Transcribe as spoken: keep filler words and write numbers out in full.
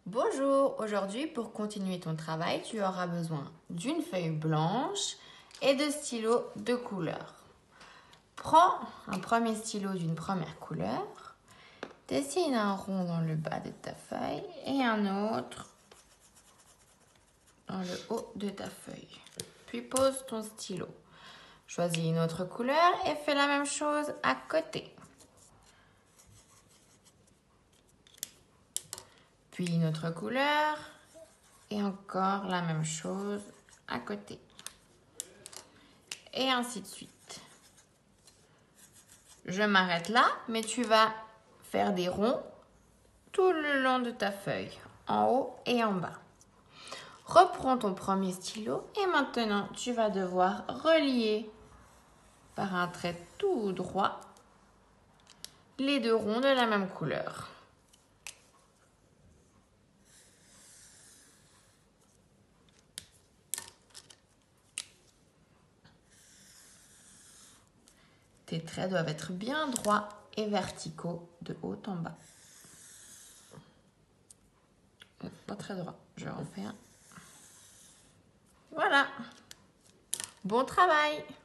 Bonjour, aujourd'hui pour continuer ton travail, tu auras besoin d'une feuille blanche et de stylos de couleur. Prends un premier stylo d'une première couleur, dessine un rond dans le bas de ta feuille et un autre dans le haut de ta feuille. Puis pose ton stylo. Choisis une autre couleur et fais la même chose à côté. Puis une autre couleur et encore la même chose à côté. Et ainsi de suite. Je m'arrête là, mais tu vas faire des ronds tout le long de ta feuille, en haut et en bas. Reprends ton premier stylo et maintenant tu vas devoir relier par un trait tout droit les deux ronds de la même couleur. Tes traits doivent être bien droits et verticaux de haut en bas. Pas très droit, je refais un. Voilà. Bon travail!